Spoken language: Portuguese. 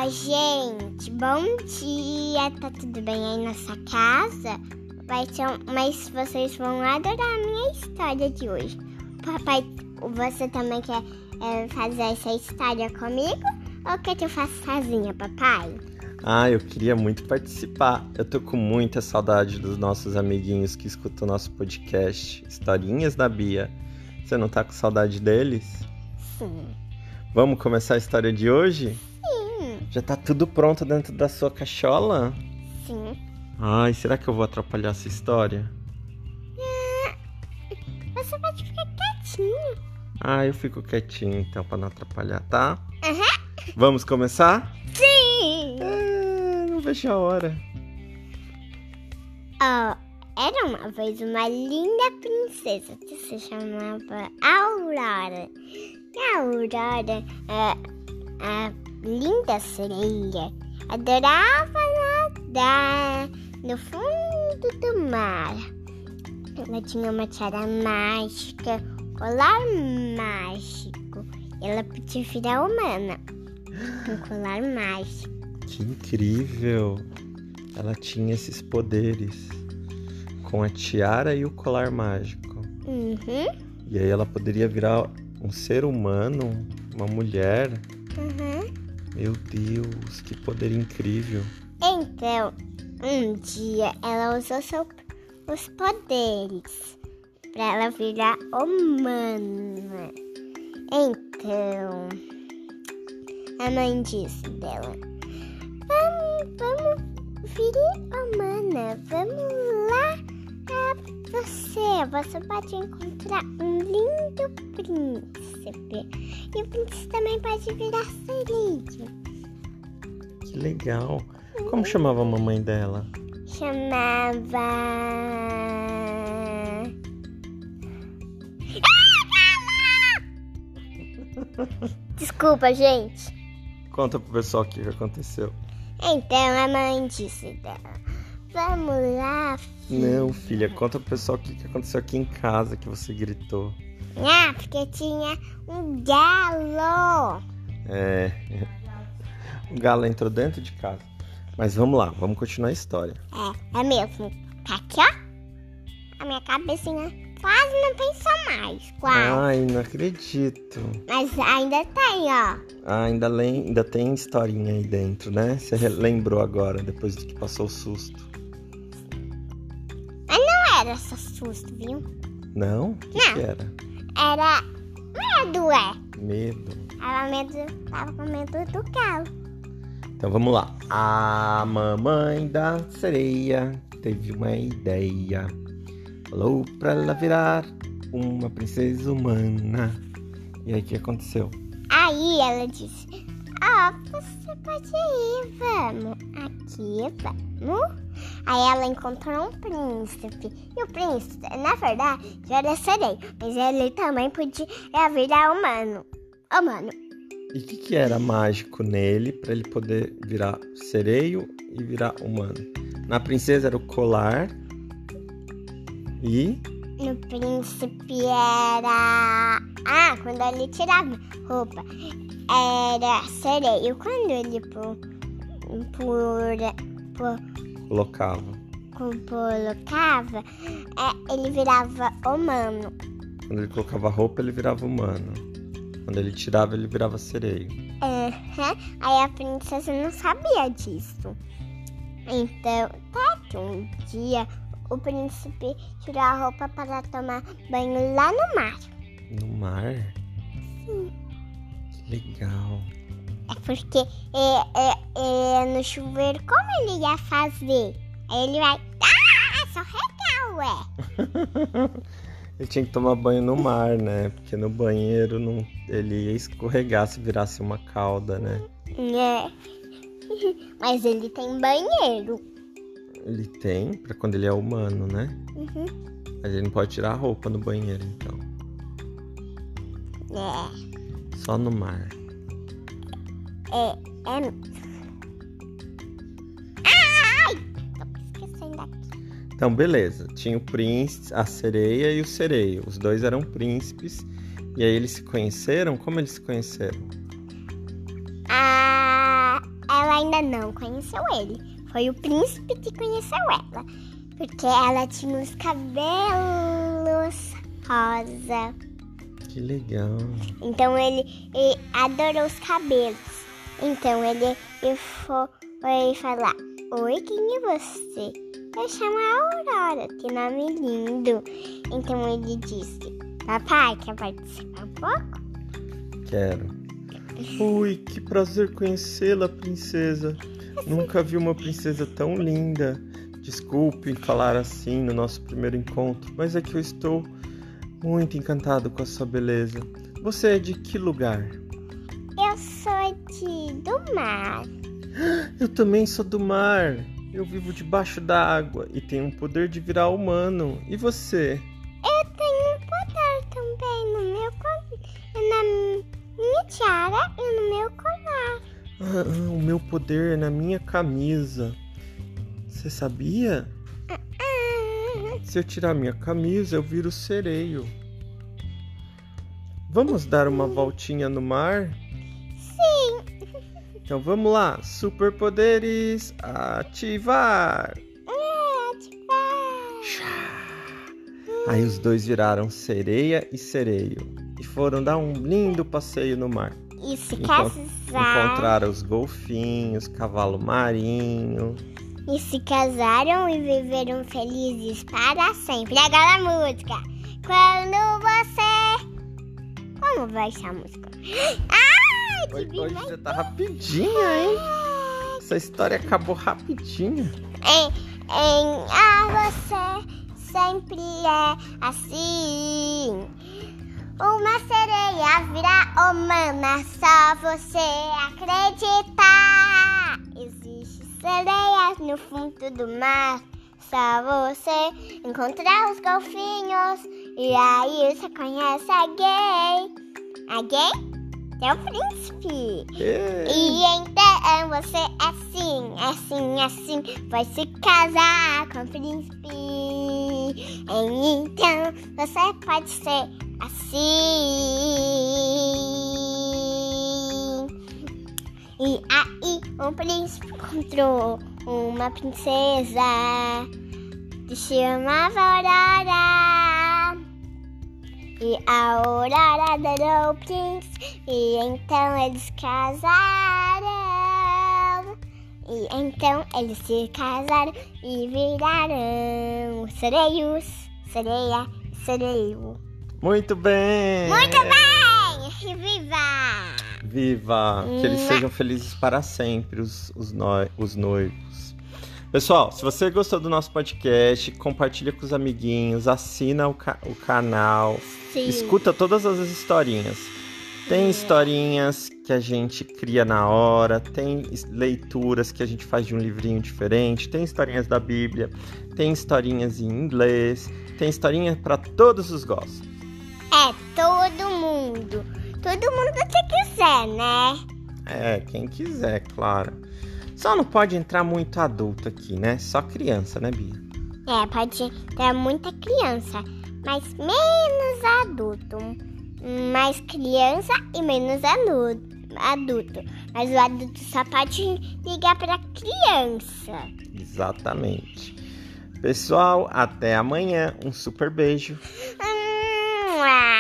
Gente, bom dia, tá tudo bem aí na sua casa? Mas vocês vão adorar a minha história de hoje. Papai, você também quer fazer essa história comigo? Ou quer que eu faça sozinha, papai? Eu queria muito participar. Eu tô com muita saudade dos nossos amiguinhos que escutam o nosso podcast Historinhas da Bia. Você não tá com saudade deles? Sim. Vamos começar a história de hoje? Sim. Já tá tudo pronto dentro da sua cachola? Sim. Será que eu vou atrapalhar essa história? Você pode ficar quietinho. Eu fico quietinho então pra não atrapalhar, tá? Uhum. Vamos começar? Sim. Não vejo a hora. Era uma vez uma linda princesa que se chamava Aurora. E a Aurora, a linda sereia, adorava nadar no fundo do mar. Ela tinha uma tiara mágica, colar mágico. Ela podia virar humana. Um colar mágico. Que incrível! Ela tinha esses poderes com a tiara e o colar mágico. Uhum. E aí ela poderia virar um ser humano, uma mulher. Uhum. Meu Deus, que poder incrível! Então, um dia ela usou os poderes para ela virar humana. Então, a mãe disse dela: Vamos virar humana, vamos lá você pode encontrar um lindo príncipe. E o príncipe também pode virar sereia. Que legal! Como chamava a mamãe dela? Chamava... Desculpa, gente. Conta pro pessoal o que aconteceu. Então a mãe disse dela: Vamos lá, filha. Não, filha, conta pro pessoal o que aconteceu aqui em casa que você gritou. Porque tinha um galo. O galo entrou dentro de casa. Mas vamos lá, vamos continuar a história. É mesmo. Tá aqui, ó. A minha cabecinha quase não pensou mais. Quase. Não acredito. Mas ainda tem, ó. Ainda tem historinha aí dentro, né? Você lembrou agora, depois de que passou o susto. Mas não era só susto, viu? Não? O que era? Era medo, Medo. Tava com medo do galo. Então vamos lá. A mamãe da sereia teve uma ideia. Falou pra ela virar uma princesa humana. E aí o que aconteceu? Aí ela disse: você pode ir, vamos. Aqui, vamos. Aí ela encontrou um príncipe. E o príncipe, na verdade, já era sereia. Mas ele também podia virar humano. E o que era mágico nele para ele poder virar sereio e virar humano? Na princesa era o colar e... No príncipe era... quando ele tirava roupa, era sereio. Quando ele colocava, ele virava humano. Quando ele colocava roupa, ele virava humano. Quando ele tirava, ele virava sereio. Aí a princesa não sabia disso. Então, até que um dia o príncipe tirou a roupa para tomar banho lá no mar. No mar? Sim. Que legal. É porque no chuveiro, como ele ia fazer? Aí ele vai... só regal, Ele tinha que tomar banho no mar, né? Porque no banheiro ele ia escorregar se virasse uma cauda, né? Mas ele tem banheiro. Ele tem, pra quando ele é humano, né? Uhum. Mas ele não pode tirar a roupa no banheiro, então. Só no mar. Tô esquecendo aqui. Então, beleza. Tinha o príncipe, a sereia e o sereio. Os dois eram príncipes. E aí eles se conheceram? Como eles se conheceram? Ela não conheceu ele. Foi o príncipe que conheceu ela. Porque ela tinha os cabelos rosa. Que legal. Então ele adorou os cabelos. Então ele foi falar: oi, quem é você? Eu chamo a Aurora, que nome lindo. Então ele disse: papai, quer participar um pouco? Quero. Ui, que prazer conhecê-la, princesa. Nunca vi uma princesa tão linda. Desculpe falar assim no nosso primeiro encontro, mas é que eu estou muito encantado com a sua beleza. Você é de que lugar? Eu sou do mar. Eu também sou do mar. Eu vivo debaixo da água e tenho o poder de virar humano. E você? Eu tenho um poder também na minha tiara e no meu colar. O meu poder é na minha camisa. Você sabia? Se eu tirar minha camisa, eu viro sereio. Vamos dar uma voltinha no mar? Sim. Então vamos lá. Superpoderes, ativar. Aí os dois viraram sereia e sereio e foram dar um lindo passeio no mar. E se casaram. Encontraram os golfinhos, cavalo marinho. E se casaram e viveram felizes para sempre. Agora a música. Quando você... Como vai essa música? Hoje você tá rapidinha, hein? Essa história acabou rapidinho. Você sempre é assim. Uma sereia vira humana, só você acreditar. Existe sereias no fundo do mar, só você encontrar os golfinhos. E aí você conhece alguém. Alguém? É o príncipe. E então você assim, vai se casar com o príncipe. Então você pode ser assim. E aí o príncipe encontrou uma princesa que se chamava Aurora. E a Aurora adorou o príncipe. E então eles casaram. E então eles se casaram e viraram sereios. Sereia, sereio. Muito bem! Muito bem! E viva! Viva! Que eles sejam felizes para sempre, os noivos. Pessoal, se você gostou do nosso podcast, compartilha com os amiguinhos, assina o canal, Sim. Escuta todas as historinhas. Tem historinhas que a gente cria na hora, tem leituras que a gente faz de um livrinho diferente, tem historinhas da Bíblia, tem historinhas em inglês, tem historinha para todos os gostos. Todo mundo. Todo mundo que quiser, né? Quem quiser, claro. Só não pode entrar muito adulto aqui, né? Só criança, né, Bia? Pode ter muita criança, mas menos adulto. Mais criança e menos adulto. Mas o adulto só pode ligar para criança. Exatamente. Pessoal, até amanhã. Um super beijo.